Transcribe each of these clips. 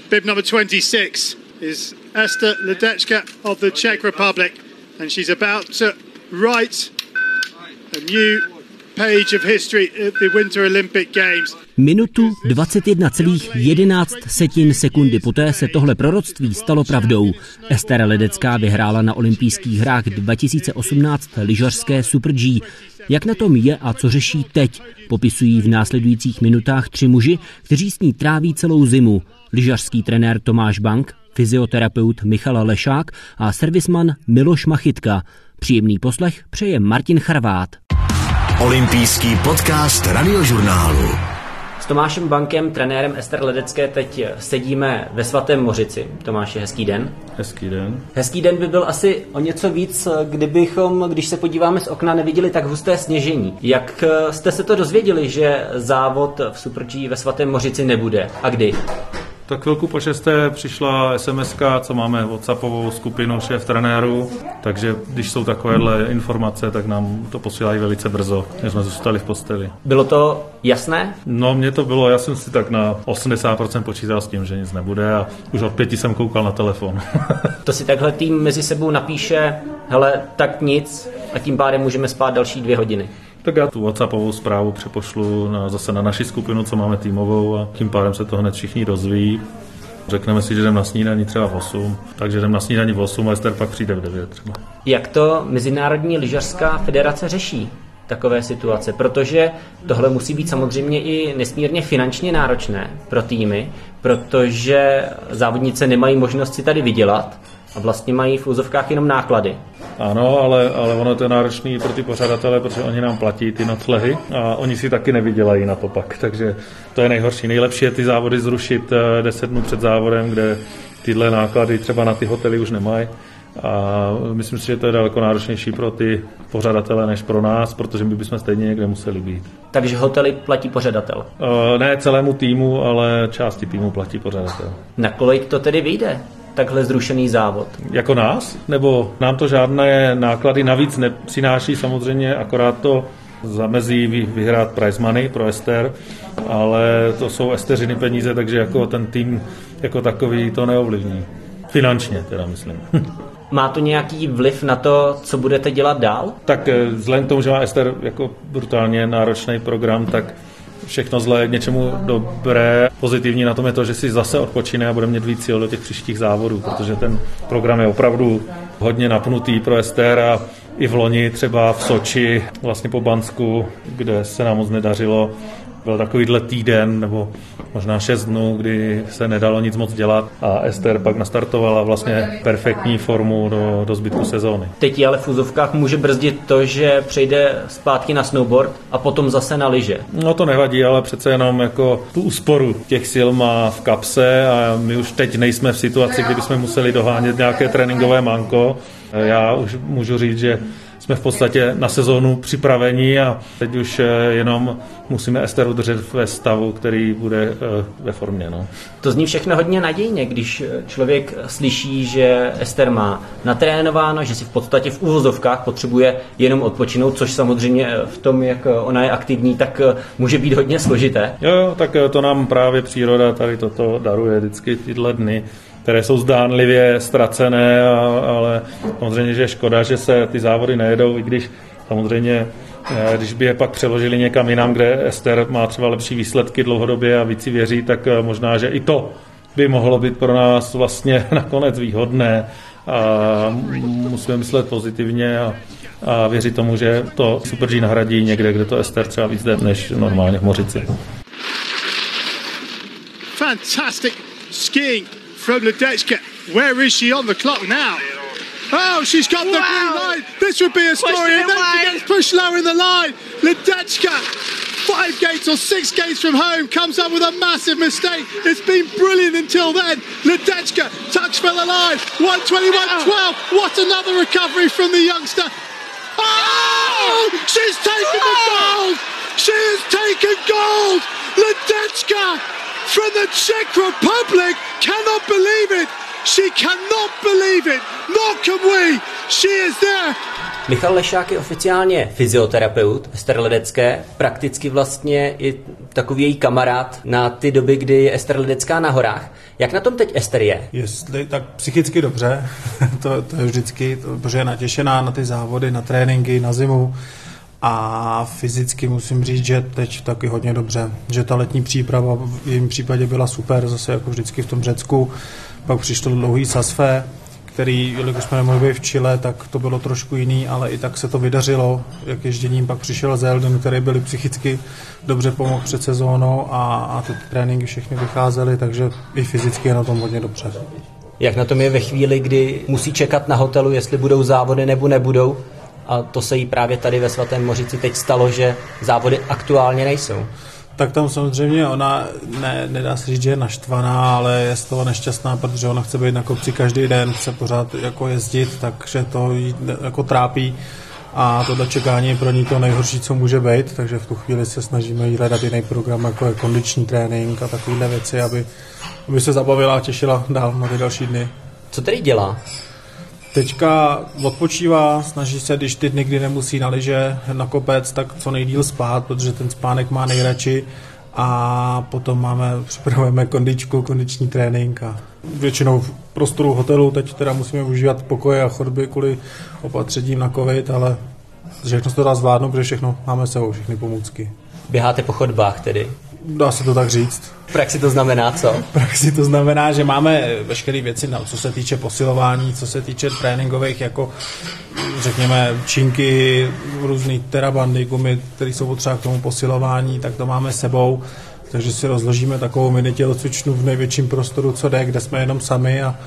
Bib number 26 is Ester Ledecka of the Czech Republic, and she's about to write a new page of history at the Winter Olympic Games. Minutu 21,11 sekundy poté se tohle proroctví stalo pravdou. Ester Ledecká vyhrála na olympijských hrách 2018 lyžařské Super G. Jak na tom je a co řeší teď, popisují v následujících minutách 3 muži, kteří s ní tráví celou zimu. Lyžařský trenér Tomáš Bank, fyzioterapeut Michal Lešák a servisman Miloš Machytka. Příjemný poslech přeje Martin Charvát. Olympijský podcast Radiožurnálu. S Tomášem Bankem, trenérem Ester Ledecké, teď sedíme ve Svatém Mořici. Tomáši, hezký den. Hezký den. Hezký den by byl asi o něco víc, když se podíváme z okna, neviděli tak husté sněžení. Jak jste se to dozvěděli, že závod v Super G ve Svatém Mořici nebude? A kdy? Tak chvilku po 6. přišla SMS-ka, co máme WhatsAppovou skupinu šéf trenérů, takže když jsou takovéhle informace, tak nám to posílají velice brzo, než jsme zůstali v posteli. Bylo to jasné? No, mně to bylo, já jsem si tak na 80% počítal s tím, že nic nebude a už od 5 jsem koukal na telefon. To si takhle tým mezi sebou napíše, hele, tak nic, a tím pádem můžeme spát další 2 hodiny. Tak já tu WhatsAppovou zprávu přepošlu zase na naši skupinu, co máme týmovou, a tím pádem se to hned všichni dozví. Řekneme si, že jdem na snídani třeba v 8, takže jdem na snídani v 8 a Ester pak přijde v 9 třeba. Jak to Mezinárodní lyžařská federace řeší takové situace? Protože tohle musí být samozřejmě i nesmírně finančně náročné pro týmy, protože závodnice nemají možnost si tady vydělat a vlastně mají v úzovkách jenom náklady. Ano, ale ono to je náročný pro ty pořadatele, protože oni nám platí ty noclehy a oni si taky nevydělají na to pak, takže to je nejhorší. Nejlepší je ty závody zrušit 10 dnů před závodem, kde tyhle náklady třeba na ty hotely už nemají. A myslím si, že to je daleko náročnější pro ty pořadatele než pro nás, protože my bychom stejně někde museli být. Takže hotely platí pořadatel? Ne celému týmu, ale části týmu platí pořadatel. Na kolik to tedy vyjde? Takhle zrušený závod. Jako nás? Nebo nám to žádné náklady navíc nepřináší samozřejmě, akorát to zamezí vyhrát prize money pro Ester, ale to jsou Esteřiny peníze, takže jako ten tým jako takový to neovlivní. Finančně teda myslím. Má to nějaký vliv na to, co budete dělat dál? Tak vzhledem k tomu, že má Ester jako brutálně náročný program, tak všechno zlé k něčemu dobré. Pozitivní na tom je to, že si zase odpočine a bude mít víc sil do těch příštích závodů, protože ten program je opravdu hodně napnutý pro Ester a i v loni třeba v Soči, vlastně po Bansku, kde se nám moc nedařilo, byl takovýhle týden nebo možná 6 dnů, kdy se nedalo nic moc dělat a Ester pak nastartovala vlastně perfektní formu do zbytku sezóny. Teď ale v úzovkách může brzdit to, že přejde zpátky na snowboard a potom zase na lyže. No to nevadí, ale přece jenom jako tu úsporu těch sil má v kapse a my už teď nejsme v situaci, kdy bychom museli dohánět nějaké tréninkové manko. Já už můžu říct, že jsme v podstatě na sezónu připraveni a teď už jenom musíme Ester udržet ve stavu, který bude ve formě. No. To zní všechno hodně nadějně, když člověk slyší, že Ester má natrénováno, že si v podstatě v uvozovkách potřebuje jenom odpočinout, což samozřejmě v tom, jak ona je aktivní, tak může být hodně složité. Jo, tak to nám právě příroda tady toto daruje vždycky tyhle dny, které jsou zdánlivě ztracené, ale samozřejmě, že je škoda, že se ty závody nejedou, i když samozřejmě, když by je pak přeložili někam jinam, kde Ester má třeba lepší výsledky dlouhodobě a víc si věří, tak možná, že i to by mohlo být pro nás vlastně nakonec výhodné a musíme myslet pozitivně a věřit tomu, že to Super G nahradí někde, kde to Ester třeba víc jde než normálně v Mořici. Fantastic skiing from Ledecka. Where is she on the clock now? Oh, she's got the blue line. This would be a story. And then she gets pushed low in the line. Ledecka, 5 gates or 6 gates from home, comes up with a massive mistake. It's been brilliant until then. Ledecka tucks fell alive. 1:21.12. What another recovery from the youngster. Oh, she's taken the gold. She has taken gold. Ledecka from the Czech Republic cannot believe it. She cannot believe it. Nor can we. She is there. Michal Lešák je oficiálně fyzioterapeut Ester Ledecké, prakticky vlastně i takový její kamarád na ty doby, kdy je Ester Ledecká na horách. Jak na tom teď Ester je? Jestli tak psychicky dobře, to je vždycky, protože je natěšená na ty závody, na tréninky, na zimu. A fyzicky musím říct, že teď taky hodně dobře, že ta letní příprava v jejím případě byla super, zase jako vždycky v tom Řecku. Pak přišlo dlouhý Sasfe, který, jelikož jsme nemohli být v Chile, tak to bylo trošku jiný, ale i tak se to vydařilo. Jak ježděním pak přišel Zeldin, který byl psychicky dobře pomohl před sezónou a ty tréninky všechny vycházely, takže i fyzicky je na tom hodně dobře. Jak na tom je ve chvíli, kdy musí čekat na hotelu, jestli budou závody nebo nebudou? A to se jí právě tady ve Svatém Mořici teď stalo, že závody aktuálně nejsou. Tak tam samozřejmě ona nedá se říct, že je naštvaná, ale je z toho nešťastná, protože ona chce být na kopci každý den, chce pořád jako jezdit, takže to jí jako trápí a tohle čekání je pro ní to nejhorší, co může být, takže v tu chvíli se snažíme jí hledat jiný program, jako je kondiční trénink a takovéhle věci, aby se zabavila a těšila dál na ty další dny. Co tedy dělá? Teďka odpočívá, snaží se, když ty dny, kdy nemusí na lyže, na kopec, tak co nejdýl spát, protože ten spánek má nejradši a potom připravujeme kondiční trénink a většinou v prostoru hotelu, teď teda musíme využívat pokoje a chodby kvůli opatřením na covid, ale všechno se to dá zvládnout, protože všechno máme sebou, všechny pomůcky. Běháte po chodbách tedy? Dá se to tak říct. V praxi to znamená co? V praxi to znamená, že máme veškeré věci, co se týče posilování, co se týče tréninkových, jako řekněme činky, různý terabandy, gumy, které jsou potřeba k tomu posilování, tak to máme sebou. Takže si rozložíme takovou mini tělocvičnu v největším prostoru, co jde, kde jsme jenom sami a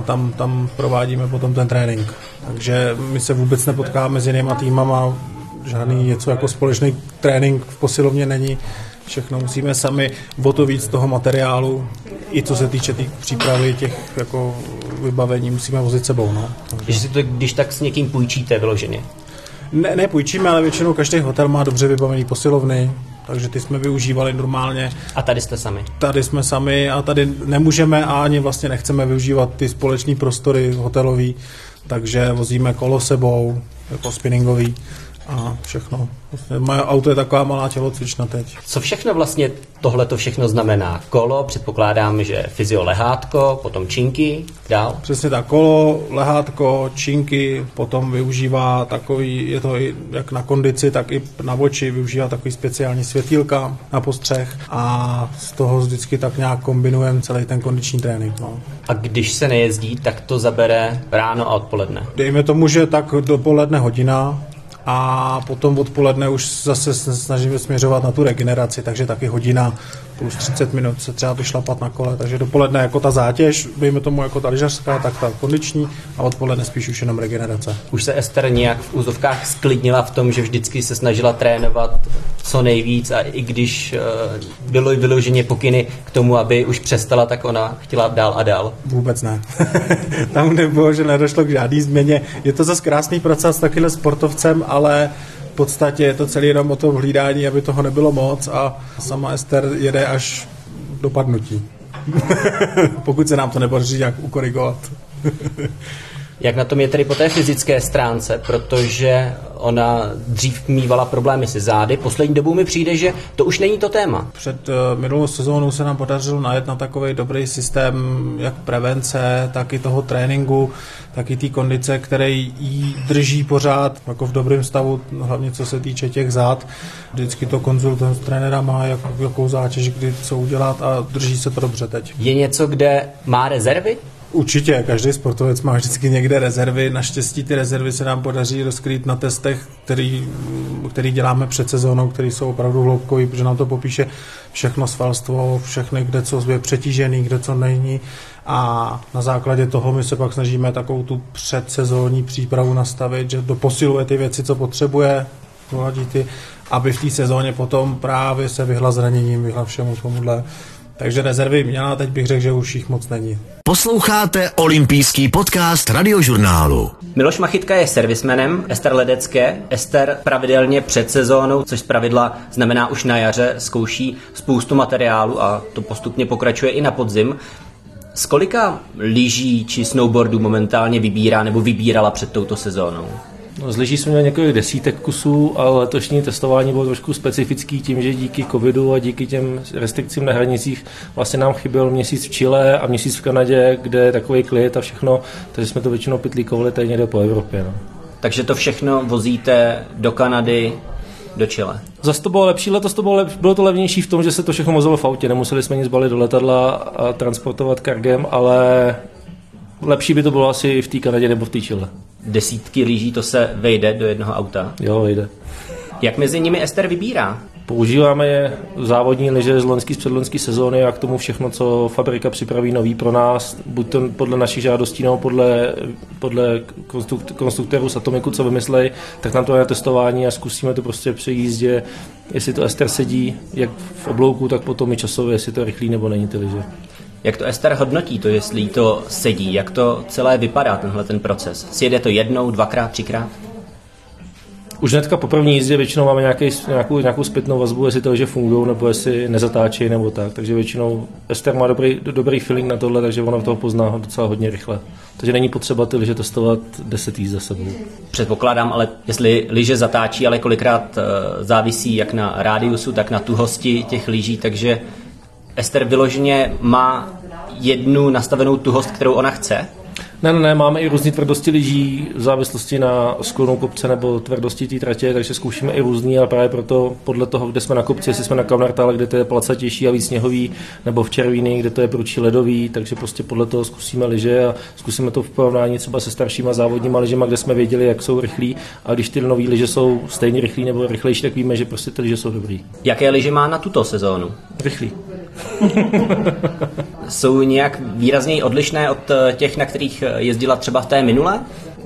tam provádíme potom ten trénink. Takže my se vůbec nepotkáváme s jinýma týmama, žádný něco jako společný trénink v posilovně není. Všechno musíme sami, o to víc toho materiálu, i co se týče té přípravy, těch jako vybavení, musíme vozit sebou. No. Že si to když tak s někým půjčíte vyloženě? Ne půjčíme, ale většinou každý hotel má dobře vybavený posilovny, takže ty jsme využívali normálně. A tady jste sami? Tady jsme sami a tady nemůžeme a ani vlastně nechceme využívat ty společné prostory hotelový, takže vozíme kolo sebou, jako spinningový. A všechno. Moje auto je taková malá tělocvična teď. Co všechno vlastně tohleto všechno znamená? Kolo, předpokládám, že fyzio lehátko, potom činky, dál? Přesně tak, kolo, lehátko, činky, potom využívá takový, je to i jak na kondici, tak i na oči, využívá takový speciální světýlka na postřeh a z toho vždycky tak nějak kombinujeme celý ten kondiční trénink. No. A když se nejezdí, tak to zabere ráno a odpoledne? Dejme tomu, že tak dopoledne hodina, a potom odpoledne už zase snažíme směřovat na tu regeneraci, takže taky hodina plus 30 minut se třeba vyšlapat na kole, takže dopoledne jako ta zátěž, dejme tomu jako ta lyžařská, tak ta kondiční a odpoledne spíš už jenom regenerace. Už se Ester nějak v úzovkách sklidnila v tom, že vždycky se snažila trénovat co nejvíc a i když bylo vyloženě pokyny k tomu, aby už přestala, tak ona chtěla dál a dál? Vůbec ne. Tam nebylo, že nedošlo k žádný změně. Je to zase krásný proces s takovým sportovcem, ale v podstatě je to celý jenom o tom hlídání, aby toho nebylo moc a sama Ester jede až do padnutí. Pokud se nám to nepodaří nějak ukorigovat. Jak na tom je tedy po té fyzické stránce, protože ona dřív mívala problémy se zády, poslední dobou mi přijde, že to už není to téma. Před minulou sezónou se nám podařilo najet na takový dobrý systém jak prevence, tak i toho tréninku, tak i té kondice, který jí drží pořád jako v dobrém stavu, hlavně co se týče těch zád. Vždycky to konzultujeme s trenérama, jakou zátěž, kdy co udělat a drží se to dobře teď. Je něco, kde má rezervy? Určitě, každý sportovec má vždycky někde rezervy. Naštěstí ty rezervy se nám podaří rozkrýt na testech, který děláme před sezónou, který jsou opravdu hloubkový, protože nám to popíše všechno svalstvo, všechny, kde co je přetížený, kde co není. A na základě toho my se pak snažíme takovou tu předsezónní přípravu nastavit, že doposiluje ty věci, co potřebuje, aby v té sezóně potom právě se vyhla zraněním, vyhla všemu tomuhle. Takže rezervy měla, teď bych řekl, že už jich moc není. Posloucháte olympijský podcast Radiožurnálu. Miloš Machytka je servismanem Ester Ledecké. Ester pravidelně před sezónou, což zpravidla znamená už na jaře, zkouší spoustu materiálu a to postupně pokračuje i na podzim. Z kolika lyží či snowboardů momentálně vybírá nebo vybírala před touto sezónou? Z lyží jsme měli několik desítek kusů, ale letošní testování bylo trošku specifický tím, že díky covidu a díky těm restrikcím na hranicích vlastně nám chyběl měsíc v Chile a měsíc v Kanadě, kde je takový klid a všechno, takže jsme to většinou pytlíkovali tady někde po Evropě. No. Takže to všechno vozíte do Kanady, do Chile. Zase to bylo lepší, letos to bylo to levnější v tom, že se to všechno vozilo v autě, nemuseli jsme nic balit do letadla a transportovat kargem, ale lepší by to bylo asi v té Kanadě nebo v té Chile. Desítky lyží, to se vejde do jednoho auta? Jo, vejde. Jak mezi nimi Ester vybírá? Používáme závodní lyže z loňské, z předloňské sezóny a k tomu všechno, co fabrika připraví nový pro nás, buď to podle našich žádostí, nebo podle konstruktérů z Atomiku, co vymyslejí, tak nám to je testování a zkusíme to prostě při jízdě, jestli to Ester sedí, jak v oblouku, tak potom i časově, jestli to je rychlý nebo není ty lyže. Jak to Ester hodnotí, to jestli jí to sedí, jak to celé vypadá, tenhle ten proces? Sjede to jednou, dvakrát, třikrát? Už hnedka po první jízdě většinou máme nějakou zpětnou vazbu, jestli to lyže fungují, nebo jestli nezatáčejí, nebo tak. Takže většinou Ester má dobrý feeling na tohle, takže ona toho pozná docela hodně rychle. Takže není potřeba ty lyže testovat 10 jízd za sebou. Předpokládám, ale jestli lyže zatáčí, ale kolikrát závisí jak na rádiusu, tak na tuhosti těch lyží, takže Ester vyloženě má jednu nastavenou tuhost, kterou ona chce? Ne, máme i různé tvrdosti lyží v závislosti na sklonu kopce nebo tvrdosti té tratě, takže zkoušíme i různý, ale právě proto podle toho, kde jsme na kopci, jestli jsme na Kaunartále, kde to je placatější a víc sněhový, nebo v Červíny, kde to je prudší ledový, takže prostě podle toho zkusíme lyže a zkusíme to v porovnání třeba se staršíma závodníma lyžema, kde jsme věděli, jak jsou rychlí, a když ty nový lyže jsou stejně rychlí nebo rychlejší, tak víme, že prostě ty lyže jsou dobrý. Jaké lyže má na tuto sezónu? Rychlý. Jsou nějak výrazněji odlišné od těch, na kterých jezdila třeba v té minulé?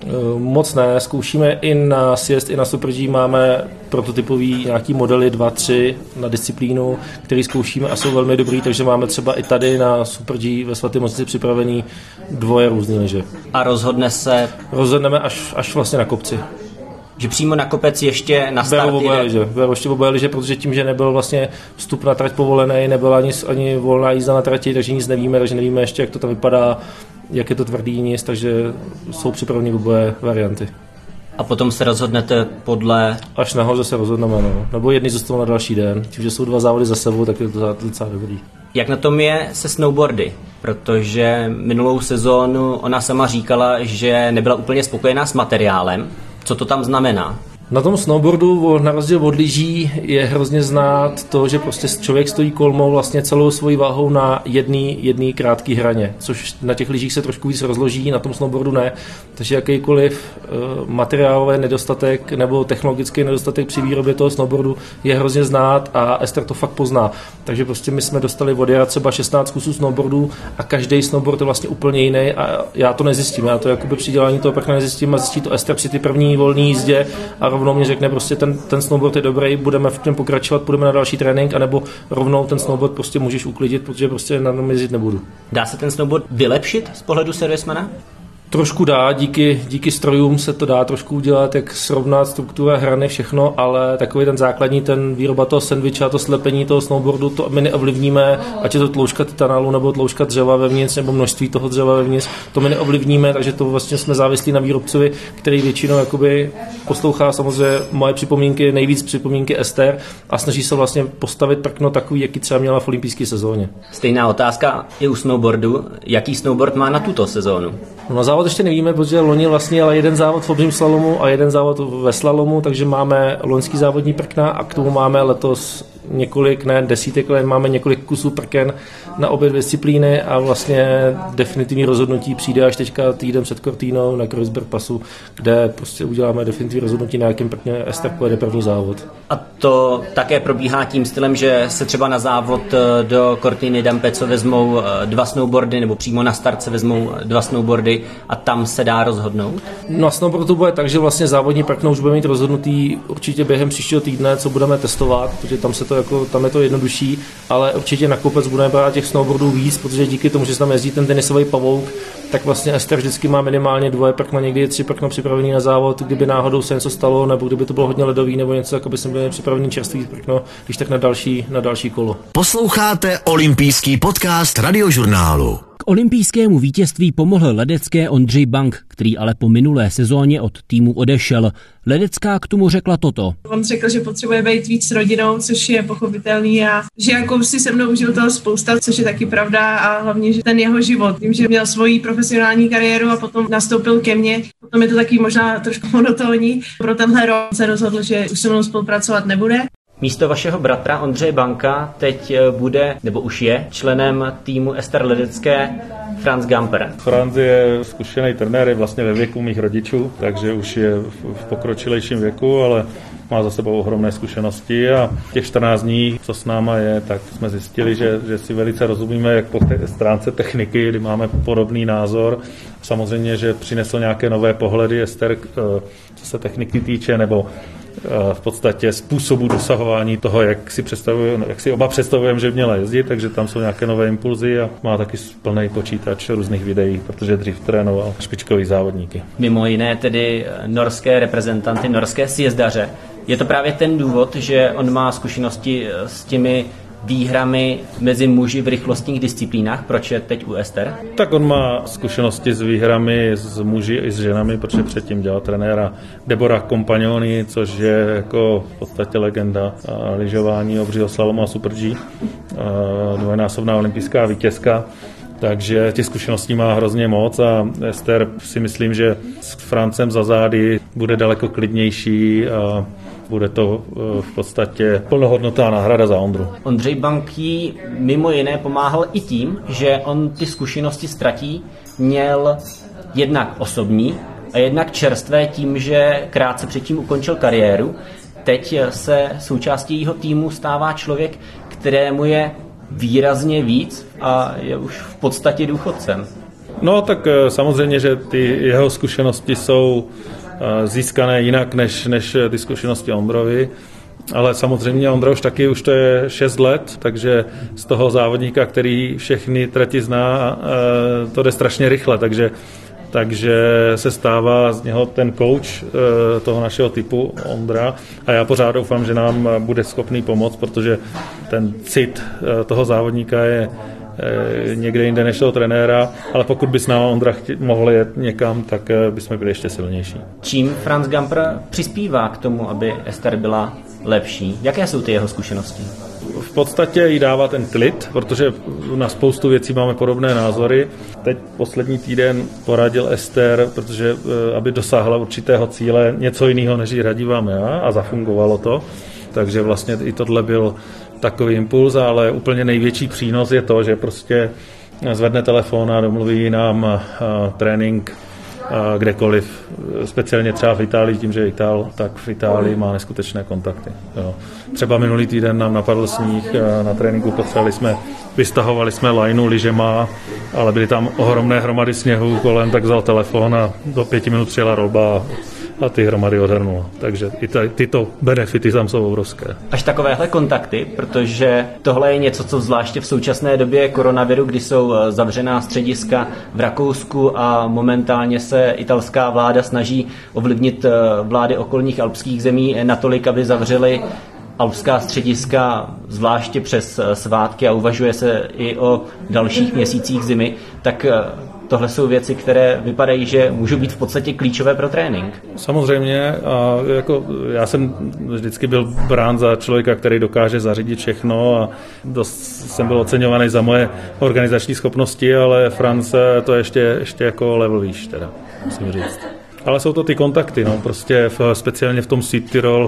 Moc ne, zkoušíme i na sjezd, i na Super G, máme prototypový nějaký modely 2-3 na disciplínu, který zkoušíme a jsou velmi dobrý, takže máme třeba i tady na Super G ve Svatém Mostici připravený 2 různý lyže. A rozhodneme až vlastně na kopci. Že přímo na kopec ještě na start Beru ještě oboje lyže, protože tím, že nebyl vlastně vstup na trať povolený, nebyla ani volná jízda na trati, takže nic nevíme, takže nevíme ještě, jak to tam vypadá, jak je to tvrdý nic, takže jsou připraveny oboje varianty. A potom se rozhodnete podle... Až nahoře se rozhodneme, no. Nebo jedni zůstanou na další den. Tím, že jsou 2 závody za sebou, tak je to docela dobrý. Jak na tom je se snowboardy? Protože minulou sezónu ona sama říkala, že nebyla úplně spokojená s materiálem. Co to tam znamená? Na tom snowboardu, na rozdíl od lyží, je hrozně znát to, že prostě člověk stojí kolmou vlastně celou svojí váhou na jedné krátké hraně, což na těch lyžích se trošku víc rozloží, na tom snowboardu ne. Takže jakýkoliv materiálový nedostatek nebo technologický nedostatek při výrobě toho snowboardu je hrozně znát a Ester to fakt pozná. Takže prostě my jsme dostali od Jara třeba 16 kusů snowboardů a každý snowboard je vlastně úplně jiný a já to nezjistím. Já to jakoby při dělání toho pak nezjistím a zjistí to Ester při ty první volné jízdě a rovnou mě řekne prostě ten snowboard je dobrý, budeme v tom pokračovat, půjdeme na další trénink, anebo rovnou ten snowboard prostě můžeš uklidit, protože prostě na tom jezdit nebudu. Dá se ten snowboard vylepšit z pohledu servismana? Trošku dá, díky strojům se to dá trošku udělat, jak srovnat struktura hrany, všechno, ale takový ten základní, ten výroba toho sandviče a to slepení toho snowboardu, to my neovlivníme, ať je to tloušťka titanálu nebo tloušťka dřeva vevnitř, nebo množství toho dřeva vevnitř, to my neovlivníme, takže to vlastně jsme závislí na výrobcovi, který většinou jakoby poslouchá samozřejmě moje připomínky, nejvíc připomínky Ester a snaží se vlastně postavit prkno takový, jaký třeba měla v olympijské sezóně. Stejná otázka i u snowboardu. Jaký snowboard má na tuto sezónu? No, závod ještě nevíme, protože loni vlastně ale jeden závod v obřím slalomu a jeden závod ve slalomu, takže máme loňský závodní prkna a k tomu máme letos desítek, ale máme několik kusů prken na obě disciplíny a vlastně definitivní rozhodnutí přijde až teďka týden před Cortinou na Kreuzberg Passu, kde prostě uděláme definitivní rozhodnutí, na jakém prkně Ester pojede první závod. A to také probíhá tím stylem, že se třeba na závod do Cortiny d'Ampezzo vezmou 2 snowboardy nebo přímo na start se vezmou 2 snowboardy a tam se dá rozhodnout? Na snowboardu bude tak, že vlastně závodní prkno už bude mít rozhodnutý určitě během příštího týdne, co budeme testovat, protože tam je to jednodušší, ale určitě na kopec budeme brát těch snowboardů víc, protože díky tomu, že se tam jezdí ten tenisový pavouk, tak vlastně Ester vždycky má minimálně 2 prkna, někdy 3 prkna připravený na závod, kdyby náhodou se něco stalo, nebo kdyby to bylo hodně ledový, nebo něco, jako by jsme byli připravený čerstvý prkno, když tak na další kolo. Posloucháte olympijský podcast Radiožurnálu. K olympijskému vítězství pomohl ledecké Ondřej Bank, který ale po minulé sezóně od týmu odešel. Ledecká k tomu řekla toto. On řekl, že potřebuje být víc s rodinou, což je pochopitelný a že jako si se mnou užil toho spousta, což je taky pravda a hlavně, že ten jeho život, tím, že měl svoji profesionální kariéru a potom nastoupil ke mně, potom je to taky možná trošku monotónní. Pro tenhle rok se rozhodl, že už se mnou spolupracovat nebude. Místo vašeho bratra Ondřeje Banka teď bude, nebo už je, členem týmu Ester Ledecké Franz Gamper. Franz je zkušený trenér, je vlastně ve věku mých rodičů, takže už je v pokročilejším věku, ale má za sebou ohromné zkušenosti a těch 14 dní, co s náma je, tak jsme zjistili, že si velice rozumíme, jak po stránce techniky, kdy máme podobný názor. Samozřejmě, že přinesl nějaké nové pohledy Ester, co se techniky týče, nebo v podstatě způsobu dosahování toho, jak si oba představujeme, že měla jezdit, takže tam jsou nějaké nové impulzy a má taky plný počítač různých videí, protože dřív trénoval špičkový závodníky. Mimo jiné tedy norské reprezentanty, norské sjezdaře. Je to právě ten důvod, že on má zkušenosti s těmi výhrami mezi muži v rychlostních disciplínách. Proč je teď u Ester? Tak on má zkušenosti s výhrami s muži i s ženami, protože předtím dělal trenéra Deborah Compagnoni, což je jako v podstatě legenda lyžování obřího slalomu a Super G, dvojnásobná olympijská vítězka. Takže těch zkušeností má hrozně moc a Ester si myslím, že s Francem za zády bude daleko klidnější a bude to v podstatě plnohodnotná náhrada za Ondru. Ondřej Bank jí mimo jiné pomáhal i tím, že on ty zkušenosti ztratí měl jednak osobní a jednak čerstvé tím, že krátce předtím ukončil kariéru. Teď se součástí jeho týmu stává člověk, kterému je výrazně víc a je už v podstatě důchodcem. No tak samozřejmě, že ty jeho zkušenosti jsou získané jinak než ty zkušenosti Ondrovi, ale samozřejmě Ondra už to je 6 let, takže z toho závodníka, který všechny trati zná, to jde strašně rychle, takže se stává z něho ten coach toho našeho typu Ondra a já pořád doufám, že nám bude schopný pomoct, protože ten cit toho závodníka je někde jinde než toho trenéra, ale pokud by s námi Ondra mohl jet někam, tak bychom byli ještě silnější. Čím Franz Gamper přispívá k tomu, aby Ester byla lepší? Jaké jsou ty jeho zkušenosti? V podstatě jí dává ten klid, protože na spoustu věcí máme podobné názory. Teď poslední týden poradil Ester, protože aby dosáhla určitého cíle něco jiného, než jí radívám já, a zafungovalo to. Takže vlastně i tohle byl takový impuls, ale úplně největší přínos je to, že prostě zvedne telefon a domluví nám trénink kdekoliv, speciálně třeba v Itálii, tím, že je Itál, tak v Itálii má neskutečné kontakty. Jo. Třeba minulý týden nám napadl sníh, na tréninku vystahovali jsme lajnu lyžema, ale byly tam ohromné hromady sněhu kolem, tak vzal telefon a do 5 minut přijela roba a ty hromady odhrnula. Takže i tyto benefity tam jsou obrovské. Až takovéhle kontakty, protože tohle je něco, co zvláště v současné době koronaviru, kdy jsou zavřená střediska v Rakousku a momentálně se italská vláda snaží ovlivnit vlády okolních alpských zemí natolik, aby zavřely alpská střediska, zvláště přes svátky a uvažuje se i o dalších měsících zimy, tak tohle jsou věci, které vypadají, že můžou být v podstatě klíčové pro trénink. Samozřejmě, a jako já jsem vždycky byl brán za člověka, který dokáže zařídit všechno a dost jsem byl oceňovaný za moje organizační schopnosti, ale Franz to ještě jako level výš, teda, musím říct. Ale jsou to ty kontakty, no, prostě speciálně v tom Südtirol,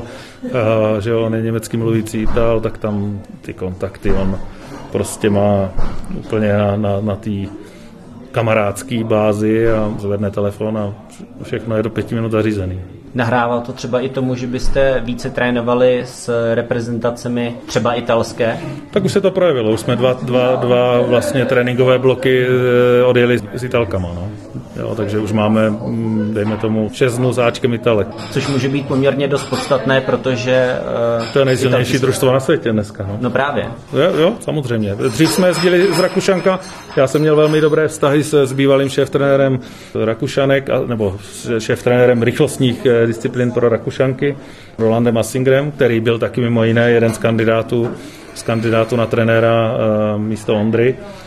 že on je německy mluvící Ital, tak tam ty kontakty on prostě má úplně na té kamarádský bázi a zvedne telefon a všechno je do 5 minut zařízený. Nahrával to třeba i tomu, že byste více trénovali s reprezentacemi třeba italské? Tak už se to projevilo. Už jsme dva vlastně tréninkové bloky odjeli s Italkama. No. Jo, takže už máme, dejme tomu, 6 dnů záčkem Italek. Což může být poměrně dost podstatné, protože to je nejsilnější družstvo na světě dneska. No. No právě. Jo, samozřejmě. Dřív jsme jezdili z Rakušanka. Já jsem měl velmi dobré vztahy s bývalým šéftrenérem Rakušanek, nebo šéftrenérem rychlostních disciplín pro Rakušanky, Rolandem Assingrem, který byl taky mimo jiné jeden z kandidátů na trenéra místo Ondry.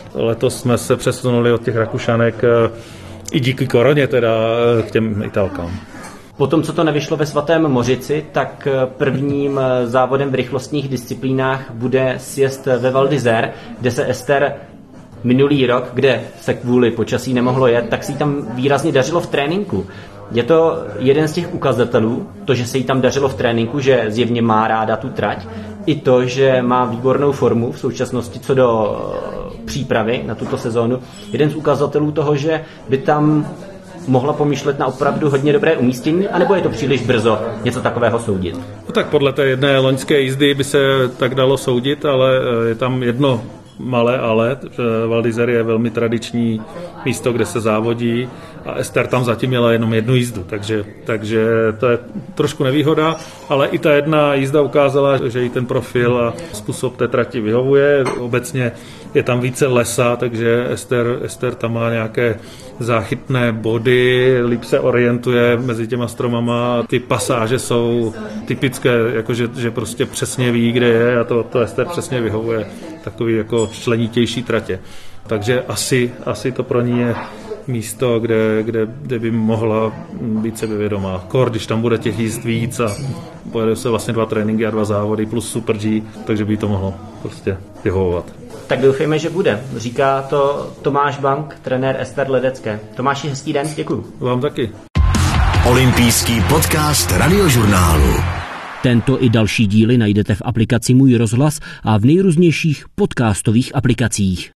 Letos jsme se přesunuli od těch Rakušanek i díky koroně teda k těm Italkám. Potom, co to nevyšlo ve Svatém Mořici, tak prvním závodem v rychlostních disciplínách bude sjezd ve Val d'Isère, kde se Ester minulý rok, kde se kvůli počasí nemohlo jet, tak si jí tam výrazně dařilo v tréninku. Je to jeden z těch ukazatelů, to, že se jí tam dařilo v tréninku, že zjevně má ráda tu trať, i to, že má výbornou formu v současnosti co do přípravy na tuto sezónu. Jeden z ukazatelů toho, že by tam mohla pomýšlet na opravdu hodně dobré umístění, anebo je to příliš brzo něco takového soudit? No tak podle té jedné loňské jízdy by se tak dalo soudit, ale je tam jedno malé ale. Val d'Isère je velmi tradiční místo, kde se závodí a Ester tam zatím měla jenom jednu jízdu, takže to je trošku nevýhoda, ale i ta jedna jízda ukázala, že jí ten profil a způsob té trati vyhovuje. Obecně je tam více lesa, takže Ester tam má nějaké záchytné body, líp se orientuje mezi těma stromama. Ty pasáže jsou typické, jakože že prostě přesně ví, kde je a to Ester přesně vyhovuje takový jako členitější tratě. Takže asi to pro ní je místo, kde by mohla být sebevědomá. Kor, když tam bude těch jízd víc a pojede se vlastně 2 tréninky a 2 závody plus Super G, takže by to mohlo prostě vyhovovat. Tak doufejme, že bude. Říká to Tomáš Bank, trenér Ester Ledecké. Tomáši, hezký den, děkuju. Vám taky. Olympijský podcast Radiožurnálu. Tento i další díly najdete v aplikaci Můj rozhlas a v nejrůznějších podcastových aplikacích.